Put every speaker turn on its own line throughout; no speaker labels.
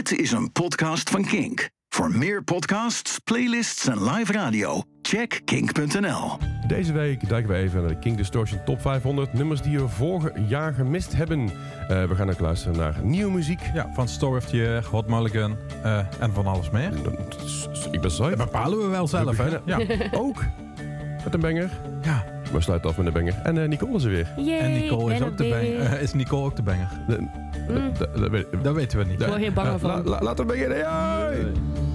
Dit is een podcast van Kink. Voor meer podcasts, playlists en live radio, check kink.nl.
Deze week duiken we even naar de Kink Distortion Top 500 nummers die we vorig jaar gemist hebben. We gaan ook luisteren naar nieuwe muziek.
Ja, van Story of the Year, Hot Mulligan en van alles meer.
Ik ben zo.
Dat bepalen we wel zelf, hè? Ja.
Ook met een banger.
Ja.
We sluiten af met een banger. En Nicole is er weer.
Yay,
En Nicole is ook de banger. Is Nicole ook de banger? Dat weten we niet.
Ik word hier bang van.
Laten we beginnen. Yay!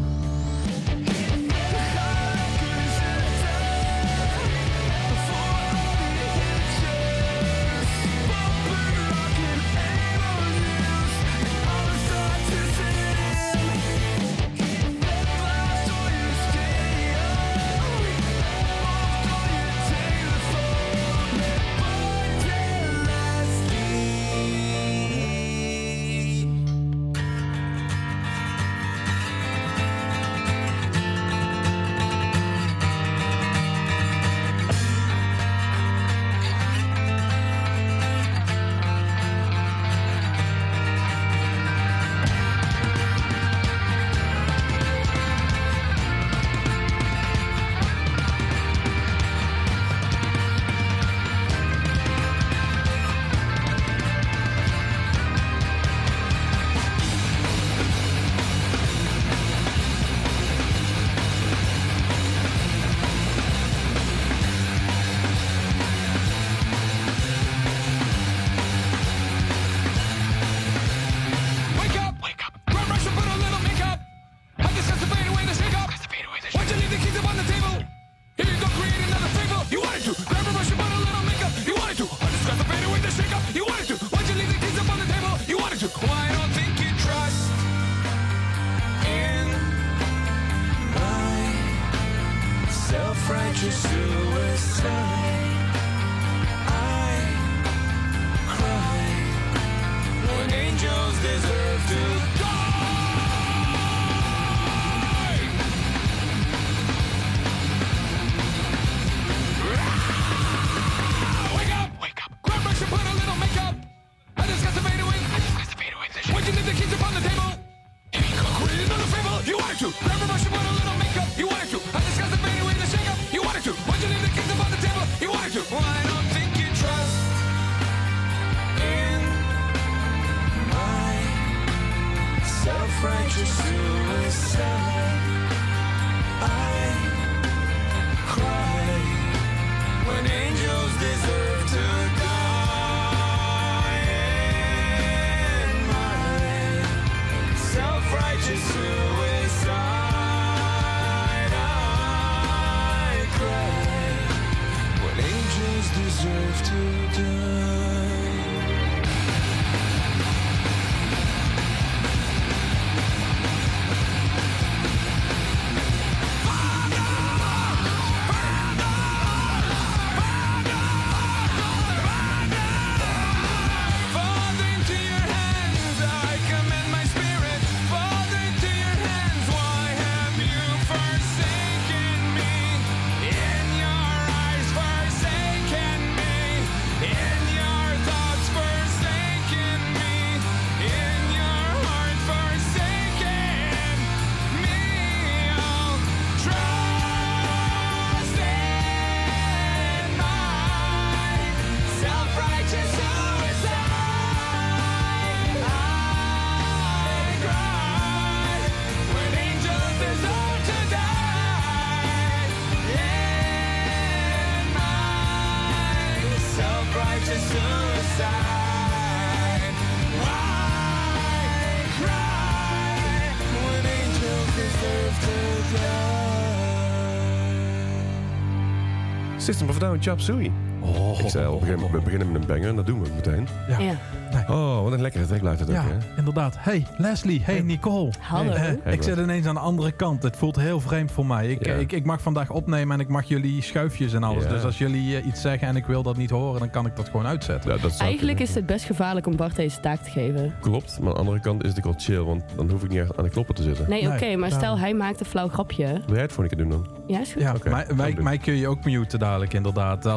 System of a Down, Chop Suey. Ik zei we beginnen met een banger en dat doen we meteen.
Ja.
Ja.
Nee.
Oh, wat een lekkere track blijft het ook, hè?
Inderdaad. Hey, Leslie. Hey, Nicole.
Hallo.
Ik zit ineens aan de andere kant. Het voelt heel vreemd voor mij. Ik mag vandaag opnemen en ik mag jullie schuifjes en alles.
Ja.
Dus als jullie iets zeggen en ik wil dat niet horen, dan kan ik dat gewoon uitzetten.
Ja, dat zou
Eigenlijk
kunnen.
is het best gevaarlijk om Bart deze taak te geven.
Klopt, maar aan de andere kant is het ook wel chill, want dan hoef ik niet echt aan de knoppen te zitten.
Nee, oké, maar stel
daarom.
hij maakt een flauw grapje.
Wil jij het voor een keer doen dan?
Ja, is goed.
Ja,
Oké,
mij
doen.
kun je ook muten dadelijk, inderdaad. Als ik aan de andere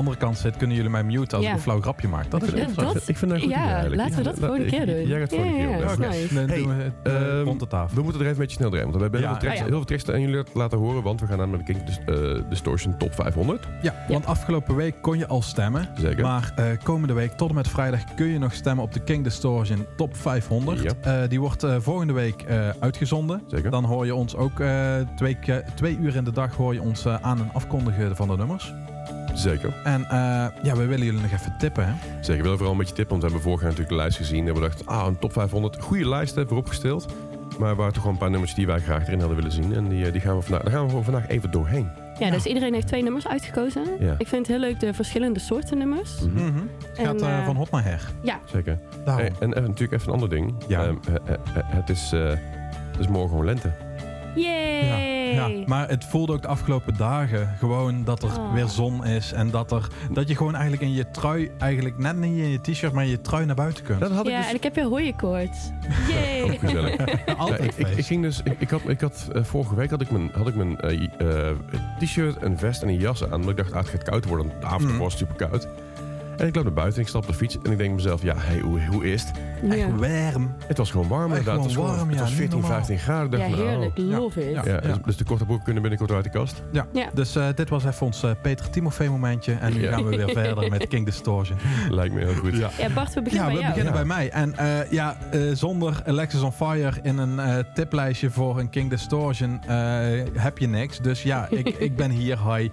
andere kant zit, kunnen jullie mij muten als ik een flauw grapje maak. Dat is
Ik vind dat een goed idee eigenlijk.
Laten we dat de volgende keer doen.
Jij gaat volgende keer
dat
doen.
is nice.
Dan doen we het rond de tafel.
We moeten er even een beetje snel doorheen. Want we hebben heel veel tracks aan jullie laten horen. Want we gaan aan met de Kink Distortion Top 500.
Ja, want afgelopen week kon je al stemmen.
Zeker.
Maar komende week tot en met vrijdag kun je nog stemmen op de Kink Distortion Top 500.
Ja.
Die wordt volgende week uitgezonden.
Zeker.
Dan hoor je ons ook 2 uur in de dag hoor je ons aan en afkondigen van de nummers.
Zeker.
En we willen jullie nog even tippen, hè?
Zeker, we willen vooral een beetje tippen. Want we hebben vorig jaar natuurlijk de lijst gezien. En we dachten, een top 500. Goede lijst vooropgesteld. Maar er waren toch gewoon een paar nummers die wij graag erin hadden willen zien. En die gaan we daar gaan we gewoon vandaag even doorheen.
Ja, dus iedereen heeft 2 nummers uitgekozen.
Ja.
Ik vind het heel leuk de verschillende soorten nummers.
Het gaat van hot naar her.
Ja.
Zeker.
Daarom.
En natuurlijk even een ander ding.
Ja.
Het is morgen gewoon lente.
Yay!
Ja, maar het voelde ook de afgelopen dagen gewoon dat er weer zon is. En dat je gewoon eigenlijk in je trui, eigenlijk net niet in je t-shirt, maar in je trui naar buiten kunt.
Dat had ik
Ja,
dus...
en ik heb weer hooikoorts. Yay!
Gezellig.
Altijd feest.
Ik had vorige week had ik mijn t-shirt, een vest en een jas aan. Omdat ik dacht, het gaat koud worden. De avond was super koud. En ik loop naar buiten en ik stap op de fiets en ik denk mezelf, hoe is het?
Echt warm.
Het was gewoon warm inderdaad. Het was,
warm,
het was 14, 15 graden.
Ja, heerlijk. Love it.
Ja. Dus de korte broeken kunnen binnenkort uit de kast.
Ja. Dus dit was even ons Peter Timofee momentje. En nu gaan we weer verder met Kink Distortion.
Lijkt me heel goed.
Ja,
Bart, we beginnen bij jou.
We beginnen bij mij. En zonder Alexis on Fire in een tiplijstje voor een Kink Distortion heb je niks. Dus ja, ik ben hier. Hi.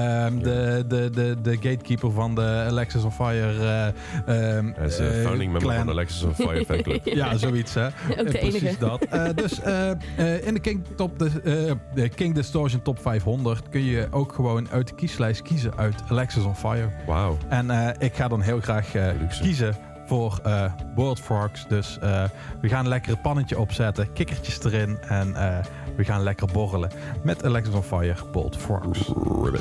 De gatekeeper van de Alexis on Fire
Hij is founding member van de Alexis on Fire fanclub.
Ja, zoiets hè.
Ook de
Precies
enige.
dat. Dus in de Kink Distortion Top 500 kun je ook gewoon uit de kieslijst kiezen uit Alexis on Fire.
Wauw.
En ik ga dan heel graag kiezen voor Boiled Frogs. Dus we gaan lekker het pannetje opzetten, kikkertjes erin en we gaan lekker borrelen met Alexis on Fire Boiled Frogs.
Ribbit.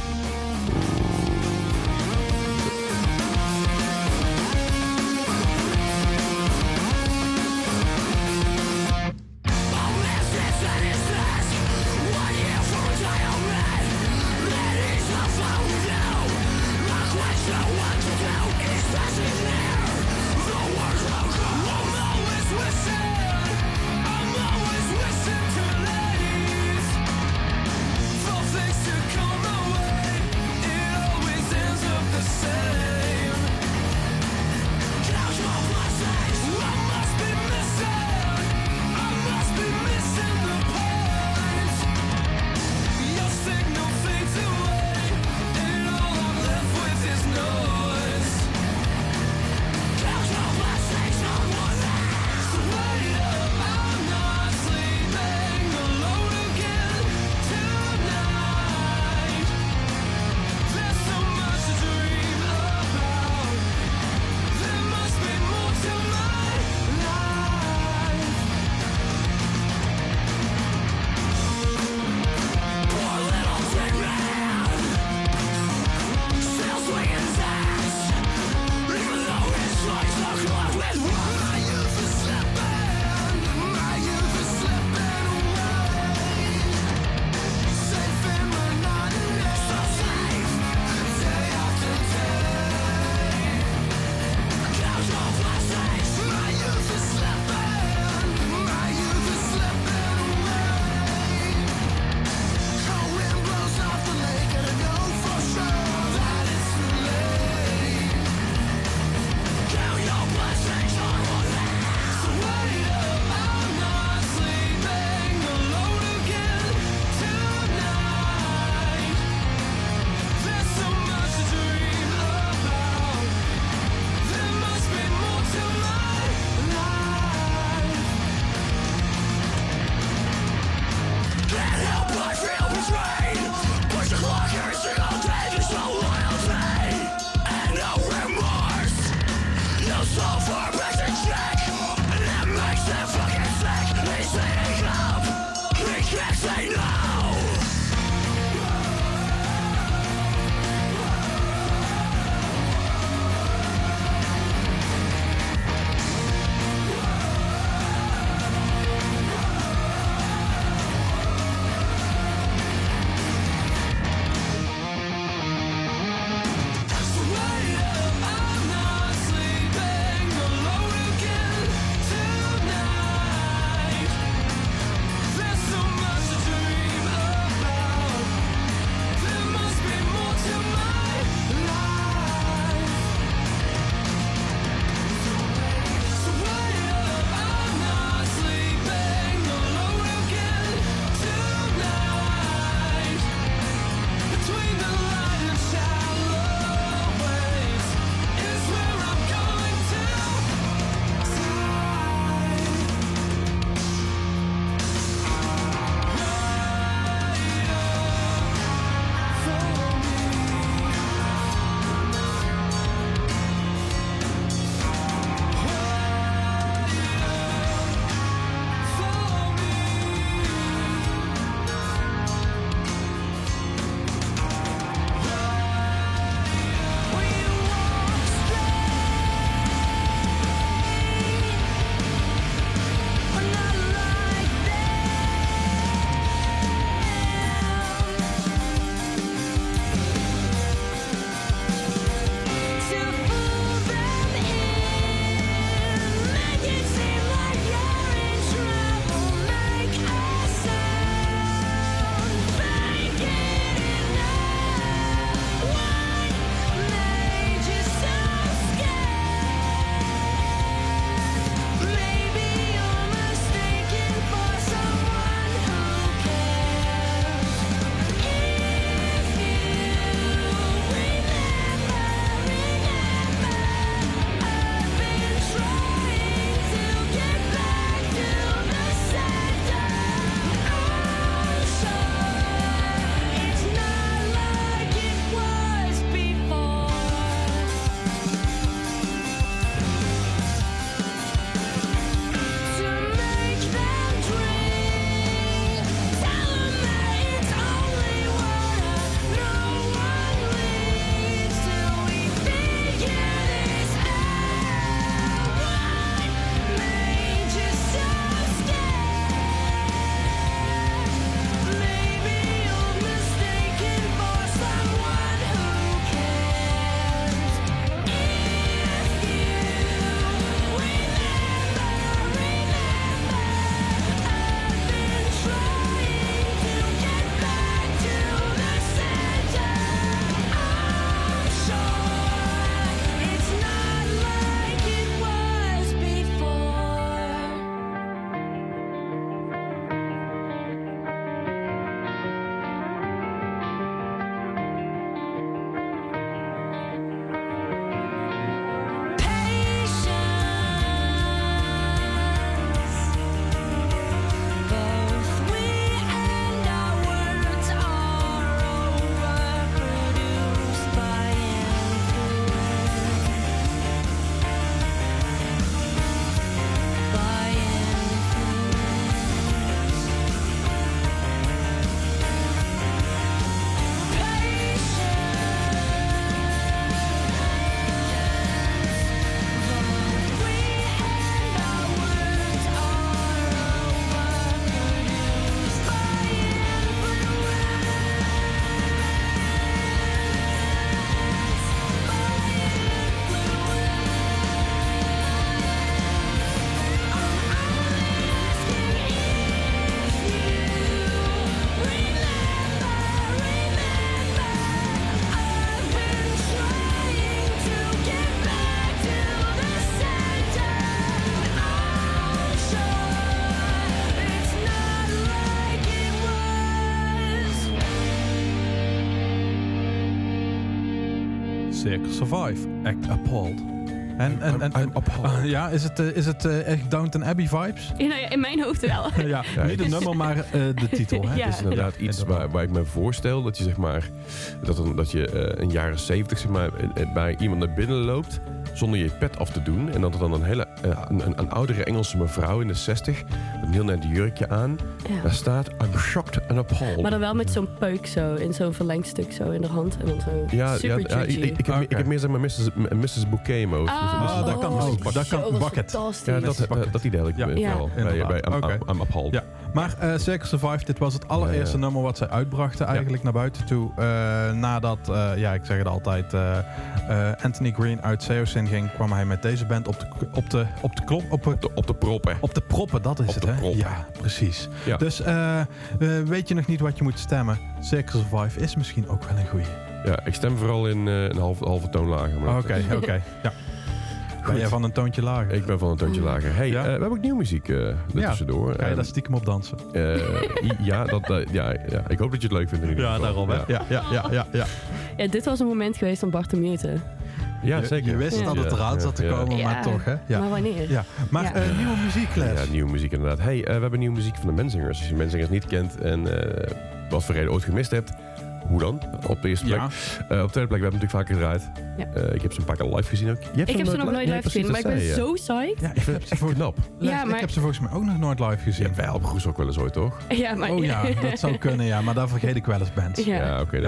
Circle Survive, Act Appalled.
I'm appalled.
Ja, is het echt Downton Abbey vibes?
Ja, nou ja, in mijn hoofd wel.
Ja, niet het nummer, maar de titel. Hè?
Ja.
Het is inderdaad iets waar ik me voorstel dat je zeg maar dat je in jaren 70 zeg maar bij iemand naar binnen loopt zonder je pet af te doen en dat er dan een hele een oudere Engelse mevrouw in de 60 met een heel net jurkje aan.
Ja.
Daar staat I'm shocked and appalled.
Maar dan wel met zo'n peuk zo, in zo'n verlengstuk zo in de hand. En dan zo super judgy.
Ik heb meer zeg maar Mrs. Bouquet mode.
Ah, dat kan ook. Dat kan bucket.
Ja, dat idee had ik wel bij I'm appalled.
Ja. Maar Circle Survive, dit was het allereerste nummer wat zij uitbrachten eigenlijk naar buiten toe. Nadat, ik zeg het altijd, Anthony Green uit Seosin ging, kwam hij met deze band op de proppen. Op de proppen, dat is het, hè?
Proppen.
Ja, precies.
Ja.
Dus weet je nog niet wat je moet stemmen? Circle Survive is misschien ook wel een goeie.
Ja, ik stem vooral in een halve toon lager.
Oké. Ja. Ben jij van een toontje lager?
Ik ben van een toontje lager. Hey, we hebben ook nieuwe muziek tussendoor.
Ga je daar stiekem op dansen?
Ik hoop dat je het leuk vindt in ieder geval.
daarom, hè? Ja.
Ja, dit was een moment geweest om Bart te muten.
Ja, zeker.
Je wist dat het eraan zat te komen, maar toch, hè? Ja.
Maar wanneer?
Ja. Maar nieuwe muziekles.
Ja, nieuwe muziek inderdaad. Hey, we hebben nieuwe muziek van de Menzingers. Als je Menzingers niet kent en wat voor reden ooit gemist hebt, hoe dan? Op de eerste plek. Op de tweede plek, we hebben natuurlijk vaker gedraaid.
Ja.
Ik heb ze een paar keer live gezien ook.
Ik heb ze nog nooit live gezien, maar ik ben zo psyched.
Ja, ik heb ze
knap.
Ik heb ze volgens mij ook nog nooit live gezien.
Ja, wij op Groes ook wel eens ooit, toch?
Ja, maar...
Oh ja, dat zou kunnen, ja. Maar daar vergeet ik wel eens bands.
Ja, oké.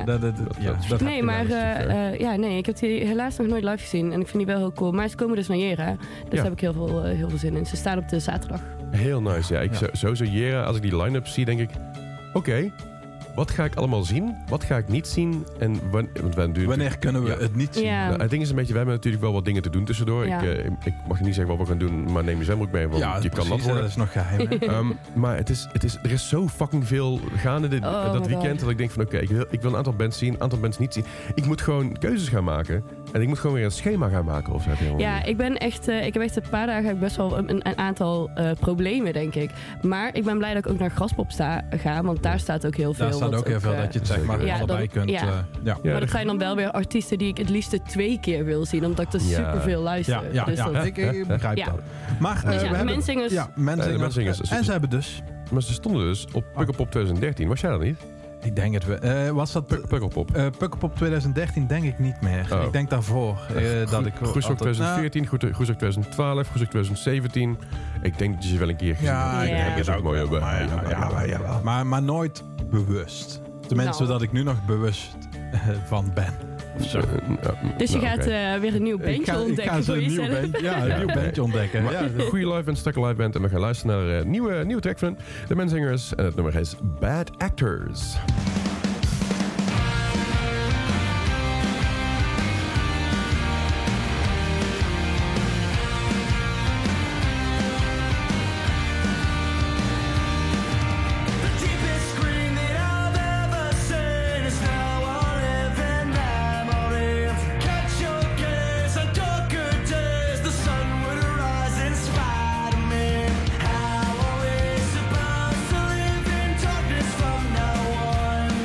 Nee, maar ik heb die helaas nog nooit live gezien. En ik vind die wel heel cool. Maar ze komen dus naar Jera. Dus daar heb ik heel veel zin in. Ze staan op de zaterdag.
Heel nice, ja. Sowieso Jera, als ik die line-up zie, denk ik... Oké. Wat ga ik allemaal zien? Wat ga ik niet zien? En
wanneer kunnen we het niet zien?
Ja.
Nou, het ding is een beetje, we hebben natuurlijk wel wat dingen te doen tussendoor. Ja. Ik mag niet zeggen wat we gaan doen, maar neem je zwembroek mee, want je kan nat worden.
Dat is nog geheim.
Maar er is zo fucking veel gaande dat weekend, dat ik denk van oké, ik wil een aantal bands zien, een aantal bands niet zien. Ik moet gewoon keuzes gaan maken. En ik moet gewoon weer een schema gaan maken of zo.
Ja, ik heb echt een paar dagen best wel een aantal problemen, denk ik. Maar ik ben blij dat ik ook naar Graspop ga, want daar staat ook heel veel.
Daar staat ook heel veel dat je het zeg maar allebei kunt.
Maar dat zijn dan wel weer artiesten die ik het liefste 2 keer wil zien, omdat ik er superveel luister.
Ik begrijp dat. Maar we hebben
Menzingers.
Ja, Menzingers. En ze hebben dus...
Maar ze stonden dus op Pukkelpop 2013. Was jij dat niet?
Ik denk het wel. Was dat
Pukkelpop?
Pukkelpop 2013 denk ik niet meer.
Oh.
Ik denk daarvoor.
Groesrock 2014, Groesrock 2012, Groesrock 2017. Ik denk dat je ze wel een keer gezien hebt. Dat is ook mooi.
Maar nooit bewust. Tenminste, dat ik nu nog bewust van ben.
Dus je gaat weer een nieuw bandje ontdekken voor jezelf.
Een nieuw bandje ontdekken.
Een goede live band, strakke live band. En we gaan luisteren naar een nieuwe track van de Menzingers. En het nummer is Bad Actors.
From now on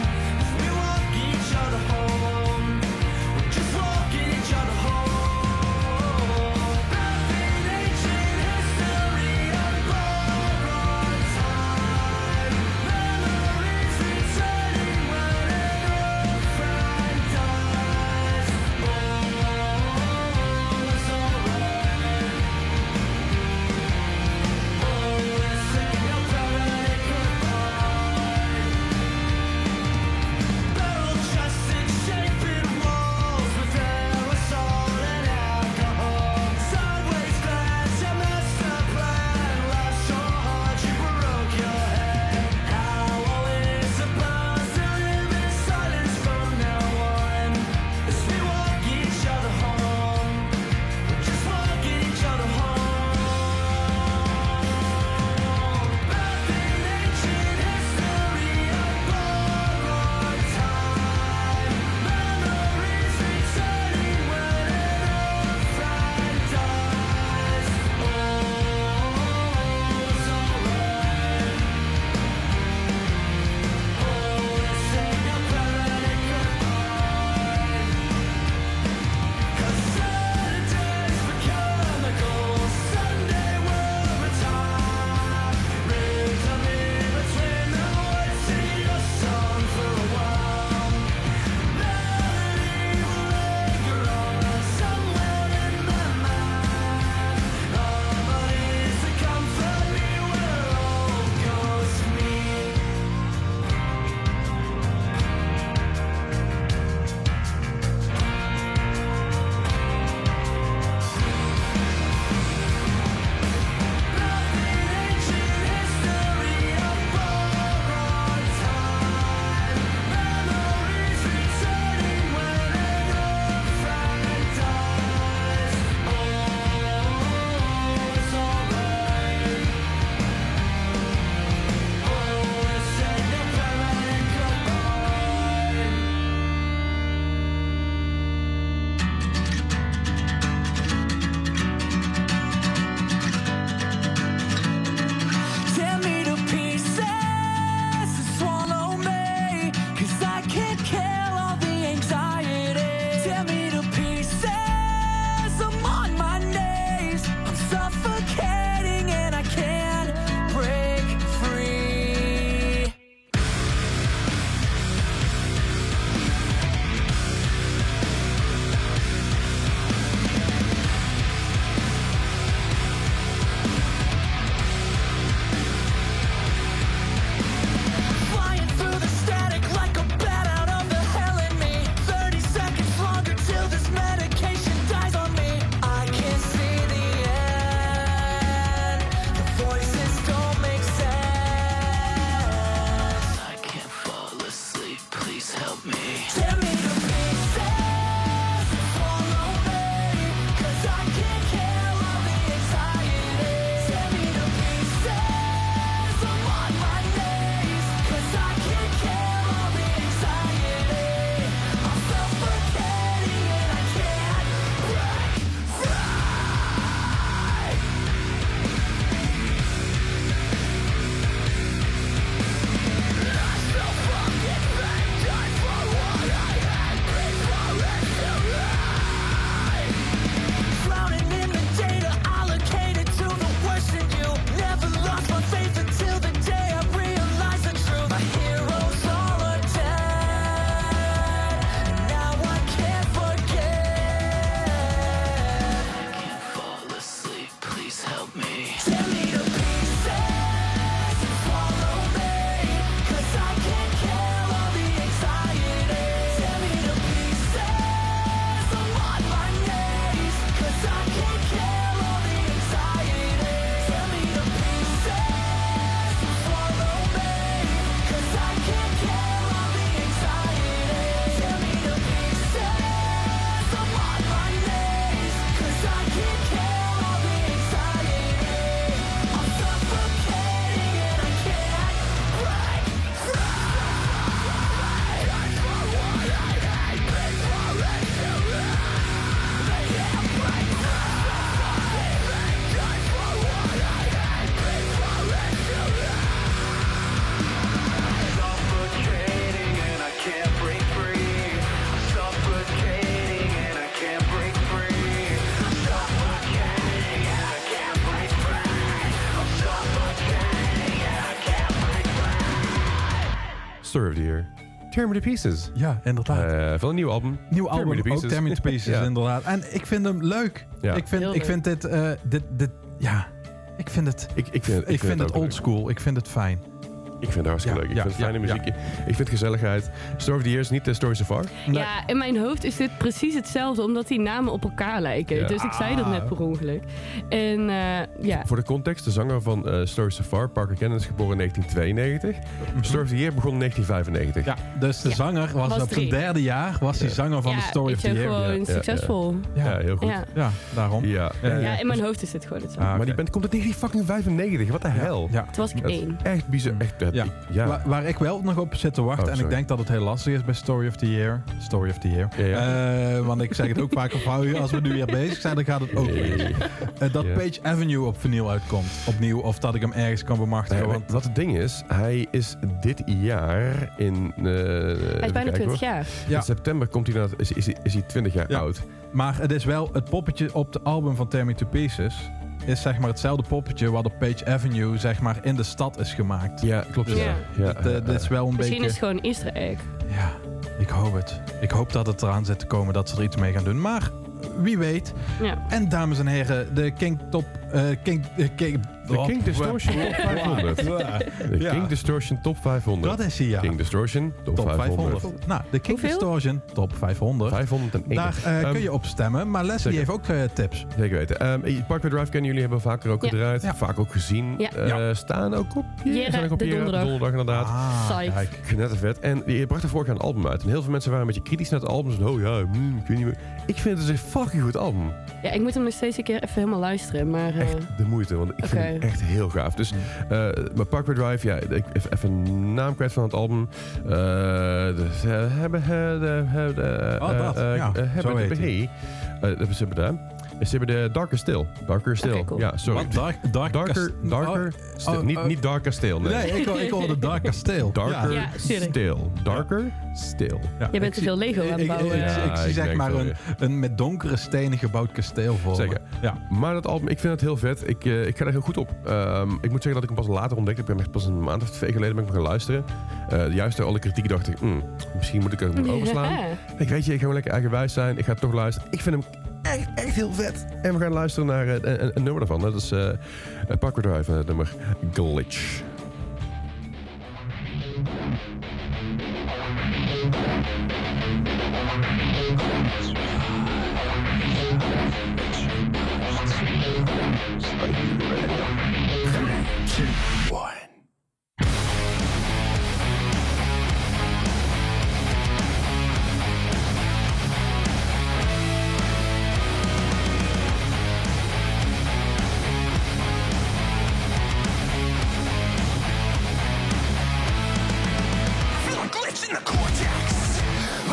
Story of the Year. Tear Me to Pieces.
Ja, inderdaad.
Van een nieuw album.
Nieuw album,
Me to Pieces.
ook Tear Me to Pieces, inderdaad. En ik vind hem leuk.
Ja.
Ik vind dit... Ik vind het old school. Ik vind het fijn.
Ik vind het hartstikke leuk. Ik vind het fijne muziek. Ik vind gezelligheid. Story of the Year is niet de Story So Far.
Nee. Ja, in mijn hoofd is dit precies hetzelfde, omdat die namen op elkaar lijken. Ja. Dus ik zei dat net per ongeluk. En
Voor de context, de zanger van Story So Far, Parker Cannon, is geboren in 1992. Story of the Year begon in 1995.
Ja, dus de zanger was op zijn derde jaar, was hij zanger van de Story of the Year.
Gewoon succesvol.
Ja, heel goed.
Ja, daarom.
Ja, in mijn hoofd is dit gewoon hetzelfde.
Maar die band komt uit 1995. Wat de hel?
Ja.
Toen was ik 1.
Echt bizar. Echt,
Waar ik wel nog op zit te wachten, en ik denk dat het heel lastig is bij Story of the Year. Want ik zeg het ook vaak als we nu weer bezig zijn, dan gaat het ook weer. Dat Page Avenue op vinyl uitkomt. Opnieuw, of dat ik hem ergens kan bemachtigen. Want
wat het ding is, hij is dit jaar in...
hij is bijna 20 jaar.
Ja. In september komt hij is hij 20 jaar oud.
Maar het is wel het poppetje op de album van Tear Me to Pieces. Is zeg maar hetzelfde poppetje wat op Page Avenue zeg maar in de stad is gemaakt.
Ja, klopt.
Dus, dit is wel een
misschien
beetje...
is het gewoon een Easter egg.
Ja, ik hoop het. Ik hoop dat het eraan zit te komen dat ze er iets mee gaan doen. Maar wie weet. Ja. En dames en heren, de King
Distortion Top 500. De King Distortion Top 500.
Dat is hij, ja.
King Distortion Top 500.
Nou, de King Distortion Top 500.
501.
Daar kun je op stemmen. Maar Leslie heeft ook tips.
Zeker weten. Parkway Drive kennen jullie, hebben vaker ook gedraaid. Ja. Vaak ook gezien. Ja. Staan ook op donderdag inderdaad. Knettervet. En je bracht er vorig jaar een album uit. En heel veel mensen waren een beetje kritisch naar het album. Ik weet niet meer. Ik vind het een fucking goed album.
Ja, ik moet hem nog steeds een keer even helemaal luisteren. Maar,
echt de moeite, want ik vind hem echt heel gaaf. Dus maar Parkway Drive, ja, ik even een naam kwijt van het album. Ze hebben de Darker Still.
Okay, cool.
Ja, sorry. Darker Still. Niet Darker Still.
Nee, ik hoorde Darker Still.
Darker Still. Darker Still.
Ja, je bent te veel Lego aan het bouwen.
Ik zie zeg maar een met donkere stenen gebouwd kasteel voor.
Zeker. Ja. Maar dat album, ik vind het heel vet. Ik ga er heel goed op. Ik moet zeggen dat ik hem pas later ontdekte. Ik ben echt pas een maand of 2 geleden ben ik gaan luisteren. Juist door alle kritiek dacht ik, misschien moet ik hem overslaan. Ik weet je, ik ga gewoon lekker eigenwijs zijn. Ik ga toch luisteren. Ik vind hem echt heel vet. En we gaan luisteren naar een nummer daarvan. Dat is Parkway Drive, het nummer Glitch. Are you ready? 3, 2, 1.
In the cortex,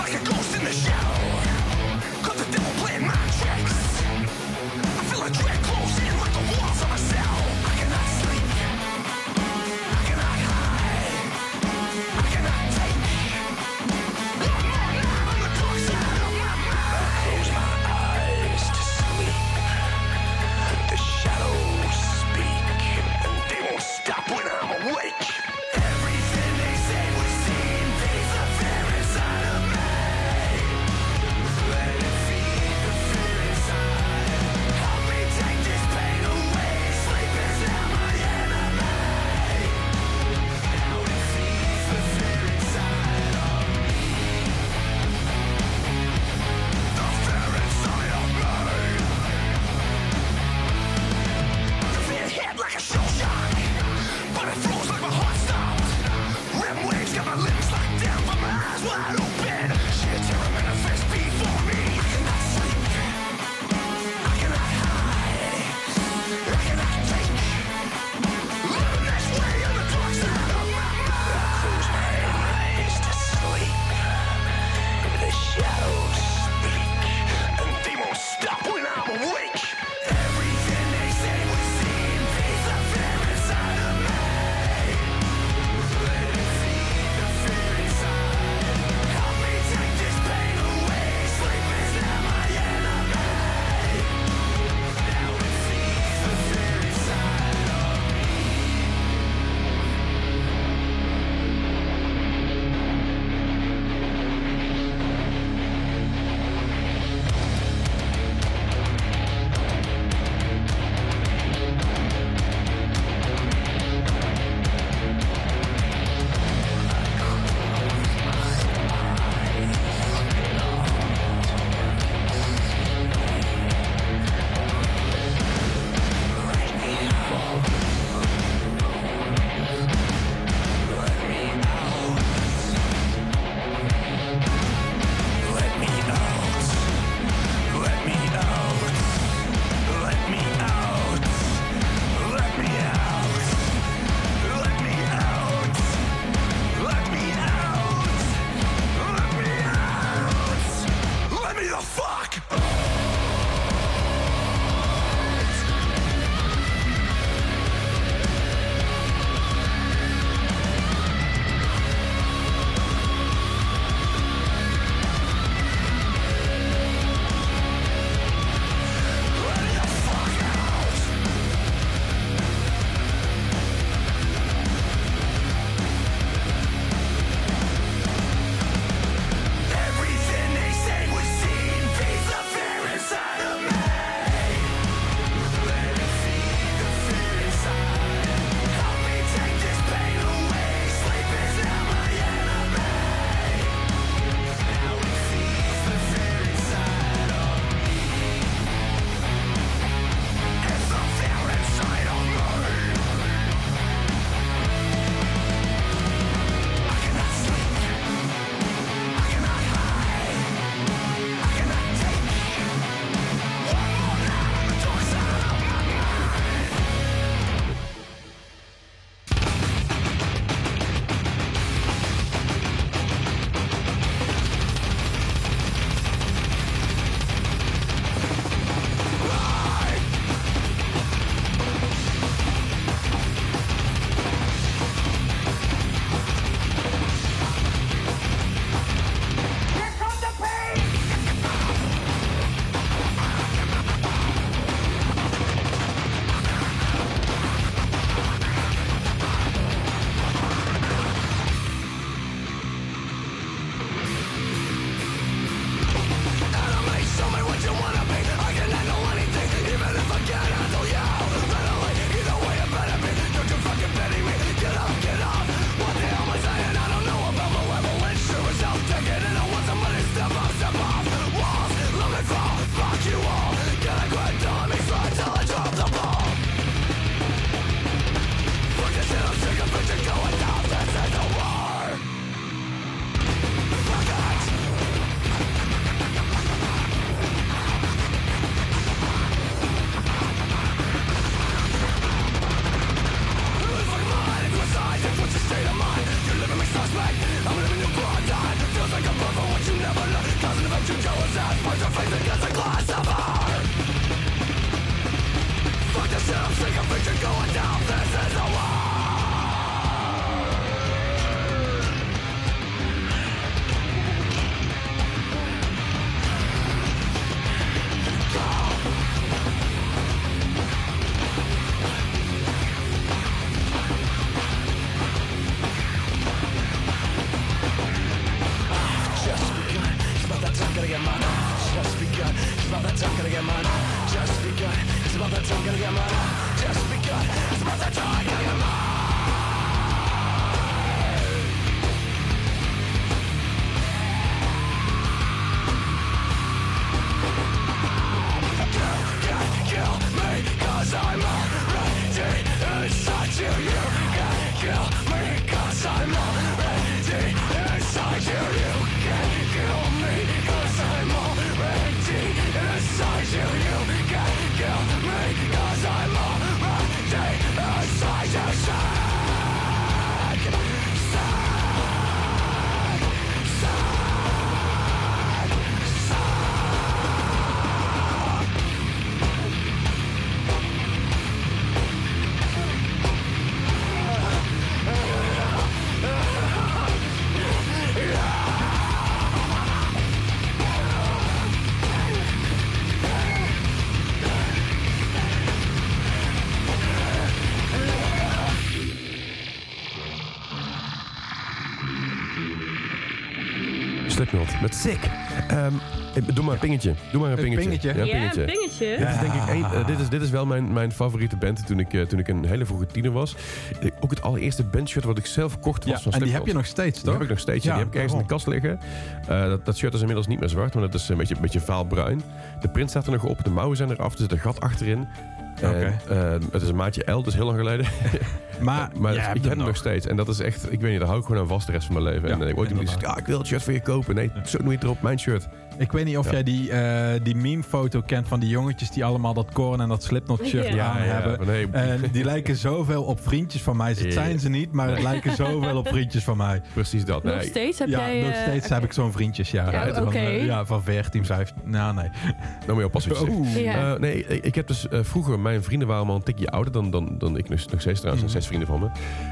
Slipknot. Met Sick. Doe maar een pingetje. Ja, een pingetje.
Ja.
Dit is wel mijn favoriete band toen ik een hele vroege tiener was. Ook het allereerste bandshirt wat ik zelf kocht was van Slipknot.
En die heb je nog steeds, toch?
Die heb ik nog steeds. Die heb ik ergens in de kast liggen. Dat shirt is inmiddels niet meer zwart, maar dat is een beetje vaalbruin. De print staat er nog op, de mouwen zijn eraf, er zit een gat achterin. Het is een maatje L, dus heel lang geleden. Maar ik heb hem nog steeds. En dat is echt, ik weet niet, daar hou ik gewoon aan vast de rest van mijn leven. En ooit iemand die zegt, ik wil het shirt voor je kopen. Nee, zo doe je het erop, mijn shirt.
Ik weet niet of jij die meme-foto kent van die jongetjes die allemaal dat Korn en dat Slipknot shirt aan hebben.
Nee.
Die lijken zoveel op vriendjes van mij. Het zijn ze niet, maar het lijken zoveel op vriendjes van mij.
Precies dat.
Nog steeds heb jij...
nog steeds heb ik zo'n vriendjes, van 14, 15. Nou, nee.
Nou moet je oppassen wat je zegt. Nee, ik heb dus vroeger, mijn vrienden waren allemaal een tikje ouder dan ik nog steeds trouwens. En 6 vrienden van me.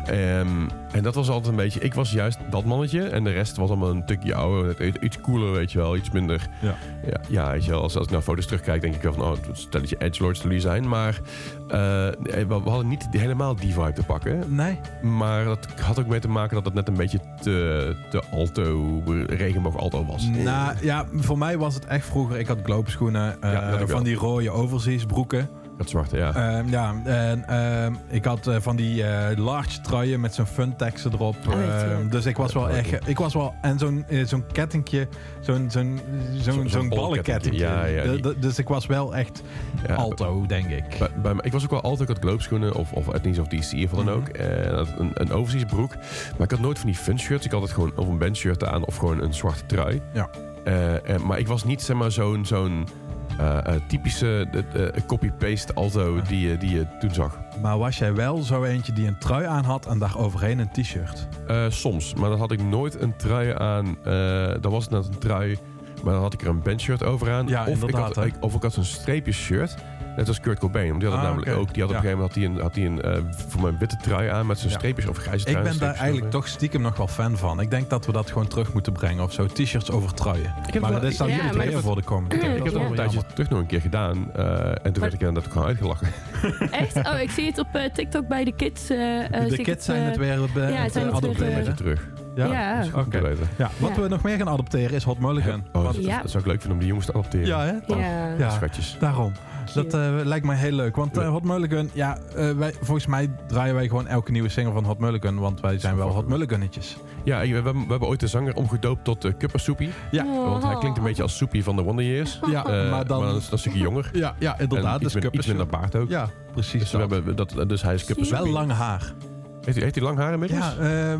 En dat was altijd een beetje, ik was juist dat mannetje en de rest was allemaal een tikje ouder. Iets cooler, weet je wel, iets minder. Ja, weet je wel, als ik naar foto's terugkijk, denk ik wel van, stelletje edgelords zullen zijn. Maar we hadden niet helemaal die vibe te pakken.
Nee.
Maar dat had ook mee te maken dat het net een beetje te alto, regenboog alto was.
Nou ja, voor mij was het echt vroeger, ik had gloopschoenen van die rode overseas broeken.
Dat zwarte, ja.
Ik had van die large truien met zo'n fun teksten erop. Dus ik was wel echt... En zo'n kettingje, zo'n ballenkettingje. Dus ik was wel echt alto, denk ik.
Ik was ook wel altijd, ik had gloopschoenen of etnisch of DC of wat dan ook. Een overseas broek. Maar ik had nooit van die fun shirts. Ik had altijd gewoon of een bandshirt aan of gewoon een zwarte trui.
Ja.
Maar ik was niet, zeg maar, zo'n typische copy-paste alto die je toen zag.
Maar was jij wel zo eentje die een trui aan had en daar overheen een t-shirt?
Soms, maar dan had ik nooit een trui aan. Dan was het net een trui, maar dan had ik er een bandshirt over aan.
Ja,
of ik had zo'n streepjes shirt. Net als Kurt Cobain. Want die had het namelijk ook. Die had op een gegeven moment had hij een voor mijn witte trui aan met zijn streepjes of grijze trui.
Ik ben daar eigenlijk toch stiekem nog wel fan van. Ik denk dat we dat gewoon terug moeten brengen. Of zo, t-shirts over truien. Maar dat is dan niet meer voor de komende tijd.
Ik heb het al een tijdje terug nog een keer gedaan. En toen werd ik inderdaad gewoon uitgelachen.
Echt? Oh, ik zie het op TikTok bij de kids.
De kids zijn het weer
adopteren terug.
Ja. Oké. Ja. Wat we nog meer gaan adopteren is Hot Mulligan.
Dat zou ik leuk vinden om die jongens te adopteren.
Ja, hè?
Ja. Schatjes.
Daarom. Dat lijkt mij heel leuk. Want Hot Mulligan, volgens mij draaien wij gewoon elke nieuwe single van Hot Mulligan. Want wij zijn wel Hot Mulliganetjes.
Ja, we hebben ooit de zanger omgedoopt tot Cuppa Soepie.
Ja.
Want hij klinkt een beetje als Soepie van de Wonder Years.
Ja, maar dat
is een stukje jonger.
Ja, inderdaad.
Dus iets minder baard ook.
Ja, precies.
Dus hij is Cuppa Soepie.
Wel lang haar.
Heeft hij lang haar inmiddels?
Ja,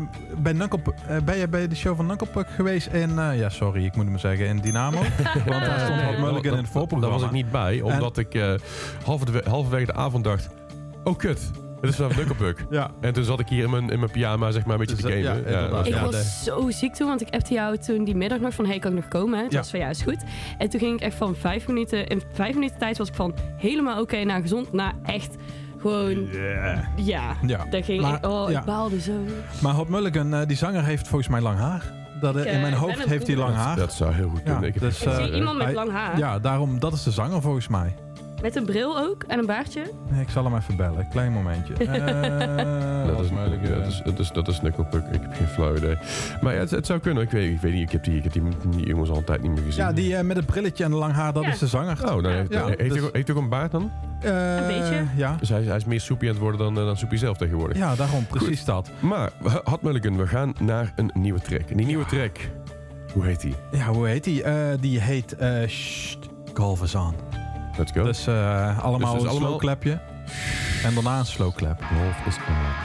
ben jij bij de show van Knucklepuck geweest in... sorry, ik moet het maar zeggen, in Dynamo? Want daar stond Hot Mulligan in het voorprogramma.
Daar was ik niet bij, omdat ik halverwege de avond dacht... Oh, kut. Het is vanaf Knucklepuck. Ja. En toen zat ik hier in mijn pyjama, zeg maar, een beetje te gamen.
Ik was zo ziek toen, want ik appte jou toen die middag nog van... Hey, kan ik nog komen? Het was van, is goed. En toen ging ik echt van 5 minuten... In 5 minuten tijd was ik van helemaal oké naar gezond, naar echt... Gewoon, daar ging ik baalde zo.
Maar Hot Mulligan, die zanger heeft volgens mij lang haar. In mijn hoofd heeft hij lang haar.
Dat zou heel goed kunnen.
Ik zie iemand met lang haar.
Ja, daarom, dat is de zanger volgens mij.
Met een bril ook en een baardje?
Nee, ik zal hem even bellen. Klein momentje.
Dat is Knucklepuck. Ik heb geen flauw idee. Maar het zou kunnen. Ik weet niet. Ik heb die jongens al een tijd niet meer gezien.
Ja, die met het brilletje en lang haar, dat is de zanger.
Oh, heeft hij ook een baard dan?
Een beetje.
Ja. Dus hij is meer Soepie aan het worden dan Soepie zelf tegenwoordig.
Ja, daarom. Precies goed. Dat.
Maar, Hot Mulligan, we gaan naar een nieuwe track. En die nieuwe track, hoe heet die?
Ja, hoe heet die? Die heet Golf is On.
Let's go.
Dus allemaal een slow clapje. En daarna een slow clap.
Golf is On.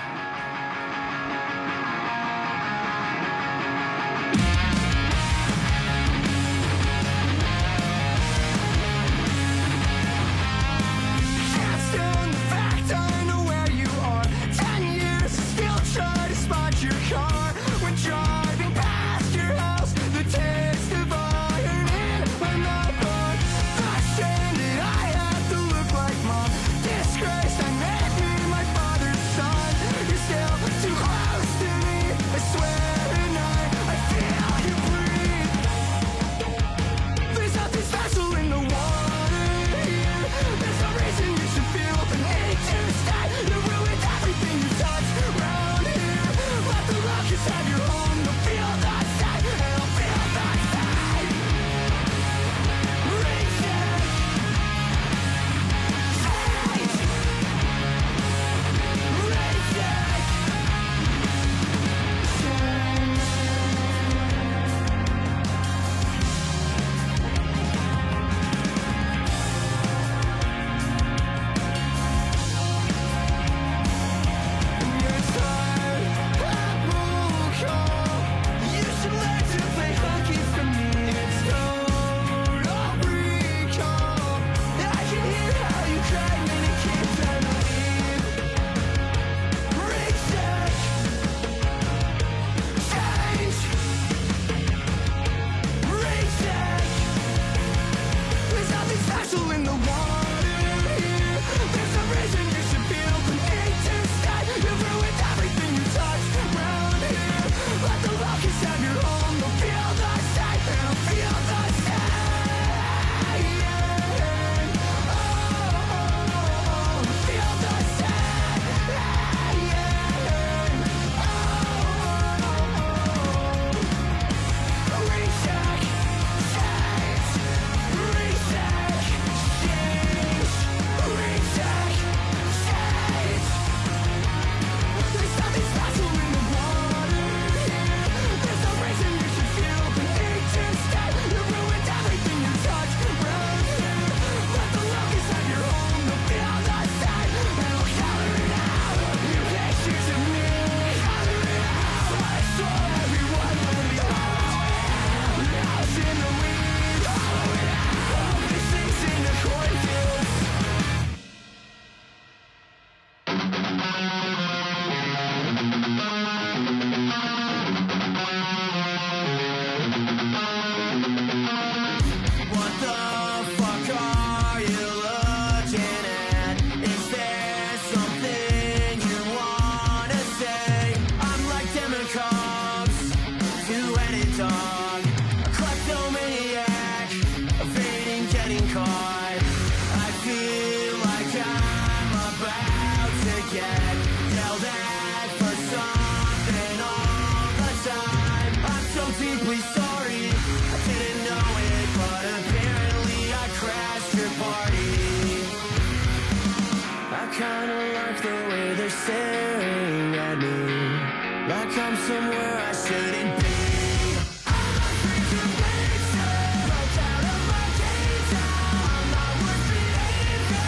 like the way they're staring at me, like I'm somewhere I shouldn't be. I'm a freaking nature, broke out of my cage now. I'm my worst behavior.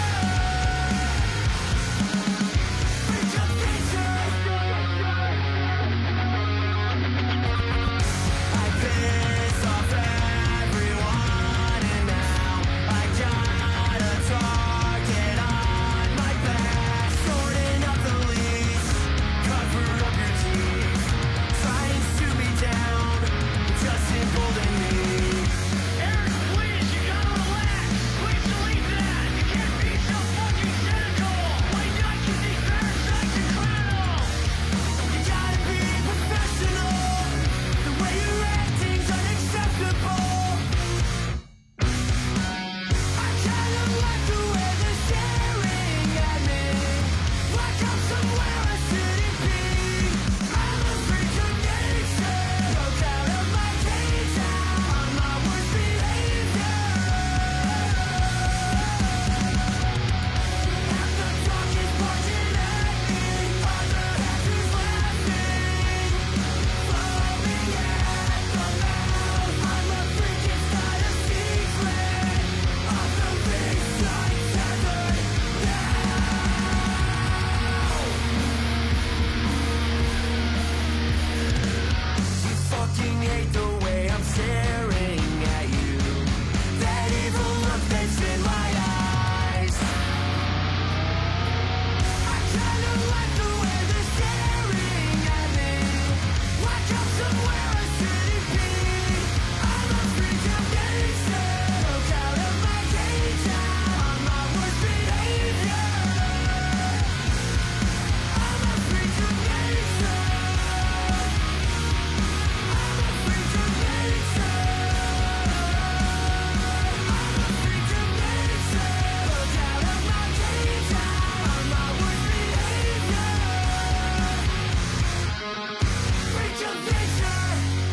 Freaking nature. I piss off everyone and now I got a target on my back. Sorting up the leaves, cover up your teeth, trying to shoot me down, just embolden me.
Eric, please, you gotta relax. Please delete that. You can't be so fucking cynical. Why not you these parasites incredible?
You gotta be professional, the way you're acting's unacceptable. I kinda like the way they're staring at me, like I'm somewhere I shouldn't be. I'm a freak of nature, broke out of my cage now. I'm my worst behavior. Half the talk is pointed at me, other half is laughing, foaming at the mouth. I'm a freak, it's not a secret, of the big side tethered down. You fucking hate the way I'm staring at you, that evil look that's in my eyes. I kinda like the way they're staring at me, like I'm somewhere I shouldn't be. I'm a freak of nature, broke out of my cage now. I'm my worst behavior. I'm a freak of nature. I'm a freak of nature. I'm a freak of nature, broke out of my cage now. I'm my worst behavior. Freak of nature.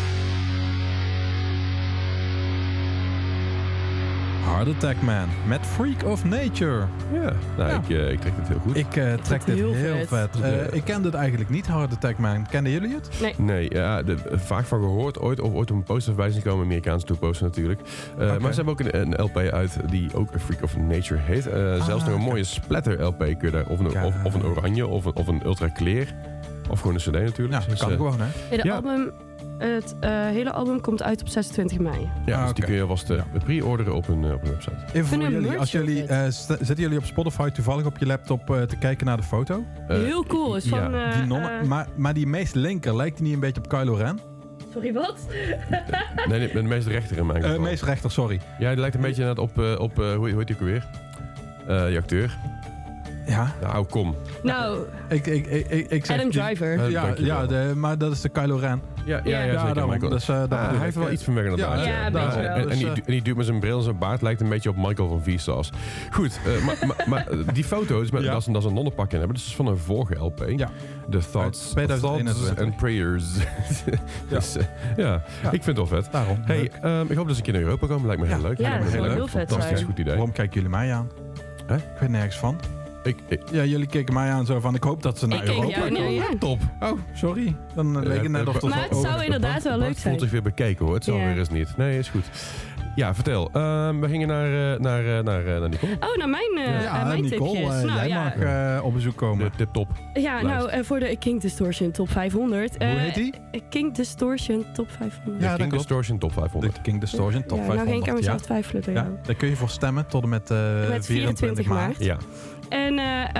Heart Attack Man met Freak of Nature.
Ja, nou, ik trek het heel goed.
Ik trek dit
heel
heel
vet.
vet. Ik kende het eigenlijk niet, Heart Attack Man. Kenden jullie het?
Nee, ja, vaak van gehoord. Ooit op een poster voorbij zien komen. Amerikaanse toeposter natuurlijk. Maar ze hebben ook een LP uit die ook A Freak of Nature heet. Zelfs nog een mooie splatter LP kun je daar. Of een oranje, of een ultra clear. Of gewoon een cd natuurlijk.
Ja, dat
Dus,
kan gewoon, hè?
Ja,
Ja.
het hele album komt uit op 26 mei.
Ja, dus
oké.
die kun je alvast pre-orderen op een website.
Even voor
een
jullie,
merch
als jullie zitten jullie op Spotify toevallig op je laptop te kijken naar de foto?
Heel cool. Is van,
Die nonnen, maar die meest linker, lijkt die niet een beetje op Kylo Ren?
sorry, wat?
Nee, de meest rechter in mijn geval.
Meest rechter, sorry.
Ja, die lijkt een beetje inderdaad op hoe heet die ook alweer? Die acteur.
Ja.
Nou, kom.
Nou,
Ik zeg
Adam
die-
Driver.
Dankjewel.
maar dat is de Kylo Ren.
Ja, zeker.
daarom.
Michael.
Dus, dat bedoel
hij
ik.
heeft wel iets van weg inderdaad.
Ja, een beetje wel.
En
Dus,
die duwt met zijn bril en zijn baard lijkt een beetje op Michael van Vsauce. Goed, maar die foto's, met,
Ja.
dat is een nonnenpak in hebben. Dus dat is van een vorige LP.
Ja.
The Thoughts
2021.
and Prayers. Dus, ja, ik vind het wel vet.
Daarom.
Hey,
Leuk.
ik hoop dat ze een keer naar Europa komen. Lijkt me heel
Ja.
leuk.
Ja,
Lijkt me
dat zou heel vet
Fantastisch
zijn.
goed idee.
Waarom kijken jullie mij aan?
Hè?
Ik weet nergens van. Ja, jullie keken mij aan zo van, ik hoop dat ze naar
Ik keek
Europa
jou
komen.
niet aan.
Top.
Oh, sorry. Dan leek het net of
Maar het zou inderdaad wel leuk
Het
zijn.
voelt zich weer bekeken hoor. Het zal
Ja.
weer eens niet. Nee, is goed. Ja, vertel. We gingen naar Nicole.
Oh, naar mijn,
Ja,
mijn
Nicole,
tipjes.
jij mag op bezoek komen.
De tip top.
Ja, nou, voor de King Distortion Top 500.
Hoe heet die?
King Distortion Top 500.
Ja,
De
dat
King
klopt.
Distortion top 500.
De King Distortion Top
ja,
500.
nou ging ik aan mezelf
ja.
twijfelen bij
Ja,
jou.
daar kun je voor stemmen tot en met,
Met 24 maart.
Ja.
En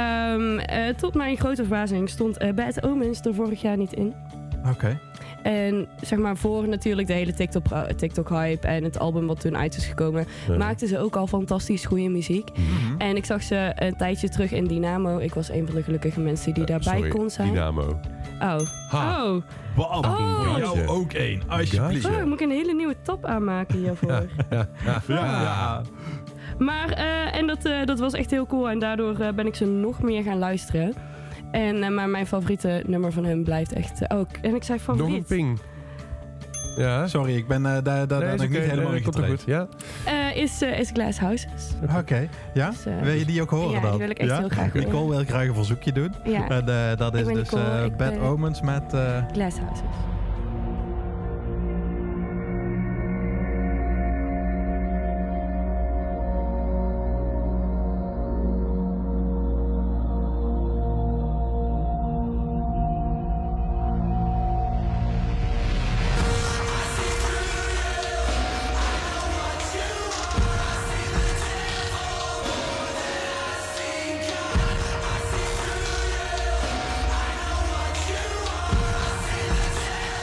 tot mijn grote verbazing stond Bad Omens er vorig jaar niet in.
Oké.
En zeg maar voor natuurlijk de hele TikTok-hype en het album wat toen uit is gekomen, maakten ze ook al fantastisch goede muziek.
Mhm.
En ik zag ze een tijdje terug in Dynamo. Ik was een van de gelukkige mensen die daarbij
Sorry,
kon zijn.
Dynamo.
Oh.
Ha.
Oh.
Bam,
Oh.
voor jou ook één, alsjeblieft.
Oh, moet ik een hele nieuwe top aanmaken hiervoor.
Ja.
Maar, en dat was echt heel cool. En daardoor ben ik ze nog meer gaan luisteren. En, maar mijn favoriete nummer van hem blijft echt ook. En ik zei
Nog een
favoriet.
ping. Ja.
Sorry, ik ben daar
Nee,
ben
is
ik niet
oké.
helemaal
Nee,
in
komt wel
getraind.
goed. Ja.
is Glass Houses.
Oké, ja?
Dus,
wil je die ook horen
ja,
dan?
die wil ik echt heel graag horen.
Nicole wil graag een verzoekje doen.
Ja.
En dat is
Ik ben
dus
Nicole, ik
Bad
ben-
Omens met...
Glass Houses.
I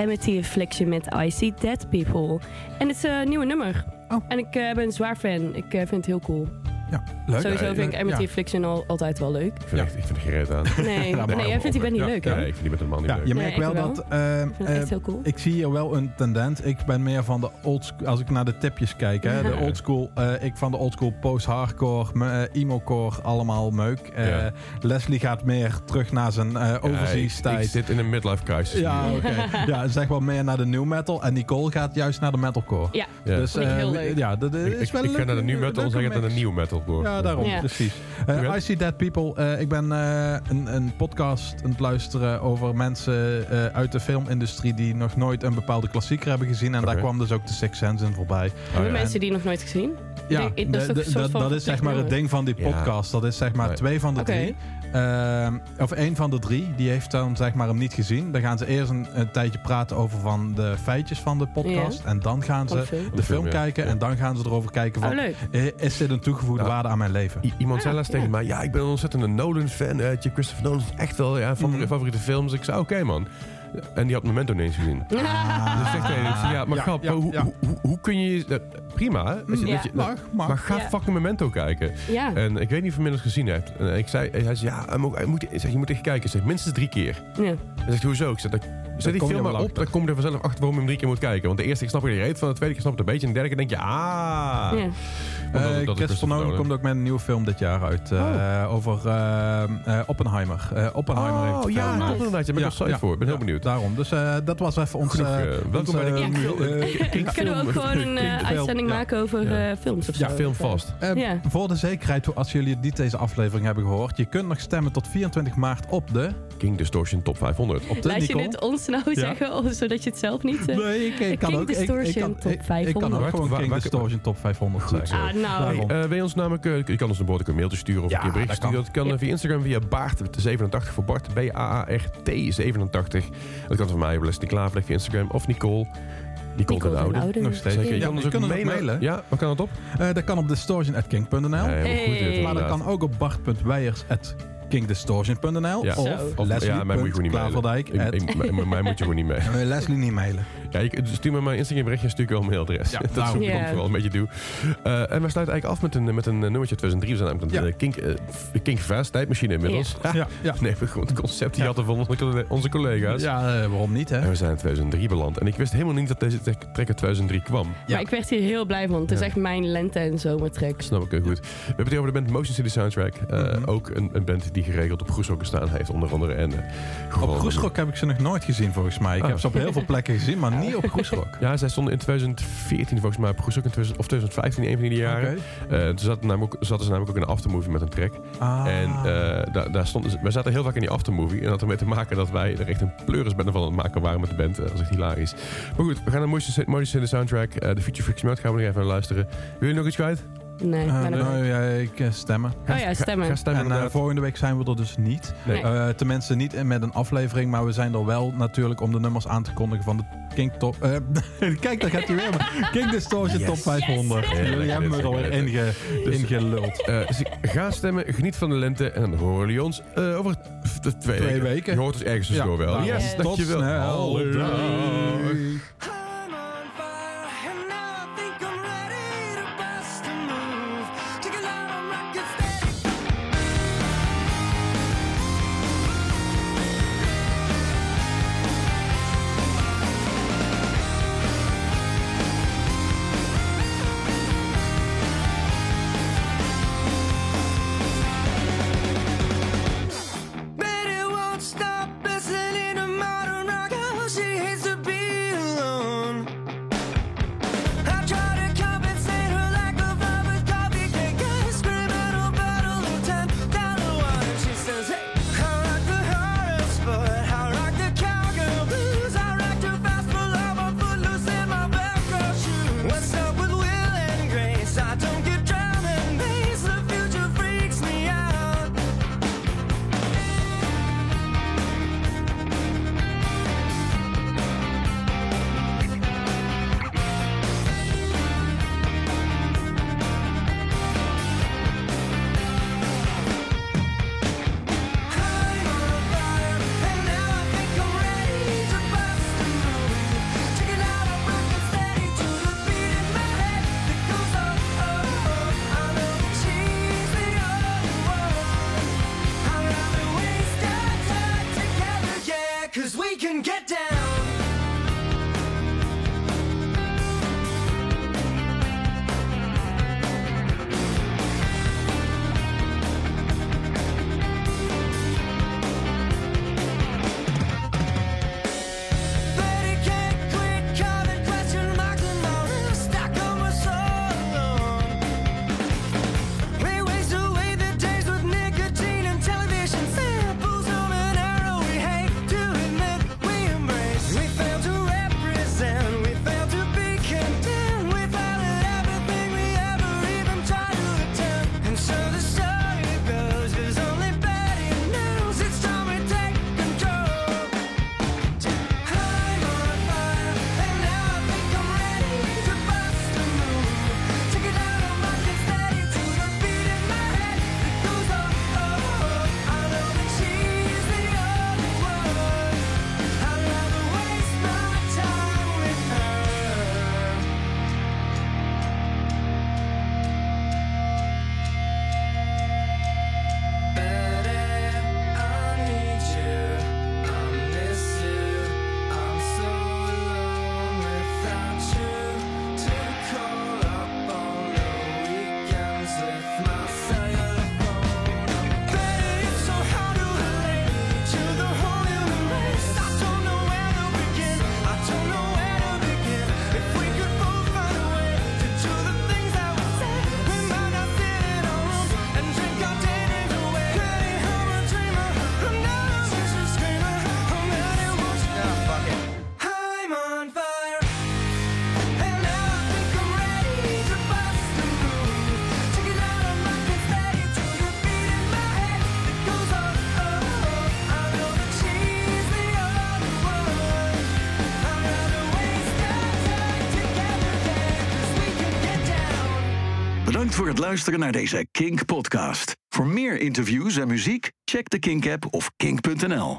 Amity Affliction met I See Dead People. En het is een nieuwe nummer.
Oh.
En ik ben een zwaar fan. Ik vind het heel cool.
Ja, leuk.
Sowieso vind ik Amity Affliction altijd wel leuk.
Ik vind er geen reet aan.
Nee,
maar
jij vindt die band niet leuk, hè?
Nee, ik vind die met helemaal niet
Ja,
leuk.
je
Nee,
merkt
ik
wel
wel.
dat...
Ik vind het echt heel cool.
Ik zie hier wel een tendens. Ik ben meer van de oldschool... Als ik naar de tipjes kijk, hè, de
Ja.
oldschool... ik van de oldschool post-hardcore, emo-core, allemaal meuk.
Ja.
Leslie gaat meer terug naar zijn overseas
ik
tijd.
zit in een midlife crisis.
Ja, oké. Ja, zeg wel meer naar de new metal. En Nicole gaat juist naar de metalcore.
Ja,
Ja.
Dus,
Vind ik heel leuk.
Ja, dat is
Ik
wel
ga
leuk.
naar de new metal en zeg naar de nieuwe metal.
Ja, daarom.
Ja.
Precies.
Oké.
I See Dead People. Ik ben een podcast aan het luisteren over mensen uit de filmindustrie die nog nooit een bepaalde klassieker hebben gezien. En
Oké.
daar kwam dus ook The Sixth Sense in voorbij.
Hebben
ja.
mensen die nog nooit gezien?
Ja,
Dat is toch een soort van
dat is zeg maar het ding van die
Ja.
podcast. Dat is zeg maar
Nee.
2 van de
Oké.
3. Of 1 van de 3. Die heeft dan zeg maar hem niet gezien. Dan gaan ze eerst een tijdje praten over van de feitjes van de podcast.
Ja.
En dan gaan
Van
ze
de film.
de film
Ja.
kijken.
Ja.
En dan gaan ze erover kijken
Oh,
van...
leuk.
Is dit een toegevoegde
Ja.
waarde aan mijn leven?
Iemand zei
Ah,
laatst
ja.
tegen mij, ja, ik ben een ontzettende Nolan-fan. Christopher Nolan is echt wel van mijn favoriete films. Ik zei, oké, man. En die had Memento niet eens gezien. Dus ik zeg tegen hem, ik zei, ja, maar
Ja,
grap,
ja,
hoe,
ja.
hoe kun je... prima, hè? Als je-
Ja.
dat je-
Mag.
maar ga
Ja.
fucking Memento kijken.
Ja.
En ik weet niet of je inmiddels gezien hebt. En hij zei, ja, ik zeg, je moet echt kijken. Ik zeg, minstens 3 keer.
Ja.
Hij zegt, hoezo? Ik zeg, zet die
kom je
film maar
wel
op,
achter.
dan kom je er vanzelf achter waarom je hem 3 keer moet kijken. Want de eerste keer snap je er reet van, de tweede keer snap je het een beetje. En de derde keer denk je,
Ja.
Want dat is
Christopher Nolan komt ook met een nieuwe film dit jaar uit. Over Oppenheimer. Oppenheimer heeft
Oh
de
ja,
film,
klopt inderdaad. Je bent er psyched voor. Ik ben heel benieuwd.
Daarom. Dus dat was even ons...
Genoeg, welkom bij de
Ja, Kunnen we ook gewoon een uitzending
Ja.
maken over films of zo?
Ja, film vast.
Ja.
Voor de zekerheid, als jullie niet deze aflevering hebben gehoord, je kunt nog stemmen tot 24 maart op de...
King Distortion Top 500.
Op de
Laat je
Nicole.
dit ons nou zeggen, zodat je het zelf niet...
Nee, ik kan
King
ook...
Distortion Top
ik kan
500.
ook gewoon
Waar-
King
waar-
Distortion Top 500 zeggen.
Ah, nou.
Daarom.
Wil je ons namelijk... je kan ons een een mailtje sturen of
Ja,
een keer bericht
dat kan.
sturen. Dat kan
Ja.
via Instagram via Baart87 voor Bart. BAART87. Dat kan van mij, Leslie Klaverleg via Instagram. Of Nicole
Nicole
ten
ten
Oude.
Oude.
Nog steeds.
Zeker. Je
Ja,
kan ons
je
ook
kunt ons ook
mailen.
mailen.
Ja, waar kan dat op?
Dat kan op distortion@king.nl.
Ja, helemaal goed.
Hey.
dit,
Maar dat
inderdaad.
kan ook op bart.weijers@kingdistortion.nl.
Ja.
Of
Zo.
Ja, mij moet je gewoon niet mailen.
Leslie.Klaverdijk.
Mij moet je gewoon niet mailen.
Leslie niet mailen.
Ja, stuur me maar een Instagram berichtje en stuur ik wel een mailadres.
Ja,
dat is
daarom.
wat ik
Ja.
vooral een beetje doe. En we sluiten eigenlijk af met een nummertje 2003. We zijn namelijk aan de Kink Fast tijdmachine inmiddels.
Ja, ja.
Nee, we gewoon het concept die hadden van onze collega's.
Ja, waarom niet, hè?
En we zijn in 2003 beland. En ik wist helemaal niet dat deze track uit 2003 kwam.
Ja.
Maar ik werd hier heel blij van. Het is
Ja.
echt mijn lente- en zomertrack.
Snap ik heel goed. We hebben het hier over de band Motion City Soundtrack. Ook een band die geregeld op Groeshoek gestaan heeft, onder andere. En,
Op Groesrock heb ik ze nog nooit gezien, volgens mij. Ik
Oh.
heb ze op heel veel plekken gezien, maar niet op Groesrock.
Ja, zij stonden in 2014 volgens mij op Groeshoek, of 2015, een van die jaren. Toen zaten ze namelijk ook in een aftermovie met een track.
Ah.
En wij zaten heel vaak in die aftermovie. En dat had ermee te maken dat wij er echt een pleurisbende van aan het maken waren met de band. Dat was echt hilarisch. Maar goed, we gaan naar Motion City Soundtrack. De Future Freaks Mode gaan we nog even luisteren. Wil je nog iets kwijt?
Nee, maar nog-
nou, ja, ik stemmen.
Oh ja, stemmen.
Ga stemmen
En
inderdaad.
volgende week zijn we er dus niet.
Nee.
Tenminste, niet met een aflevering, maar we zijn er wel natuurlijk om de nummers aan te kondigen van de King Top... kijk, daar gaat hij weer. Maar King Distortion
Yes.
Top 500.
Yes.
Jullie hebben me er alweer ingeluld.
Dus ga stemmen, geniet van de lente. En dan horen jullie ons over 2
weken.
Je hoort ons ergens tussendoor wel.
daarom.
Yes,
Tot
dankjewel.
snel.
Hallo.
Dag.
I'm on fire, and now I think I'm ready to bust a move. Take it loud, I'm rockin' steady. Betty won't stop listening to modern rock. Oh, she hates to be alone.
Bedankt voor het luisteren naar deze Kink podcast. Voor meer interviews en muziek, check de Kink app of kink.nl.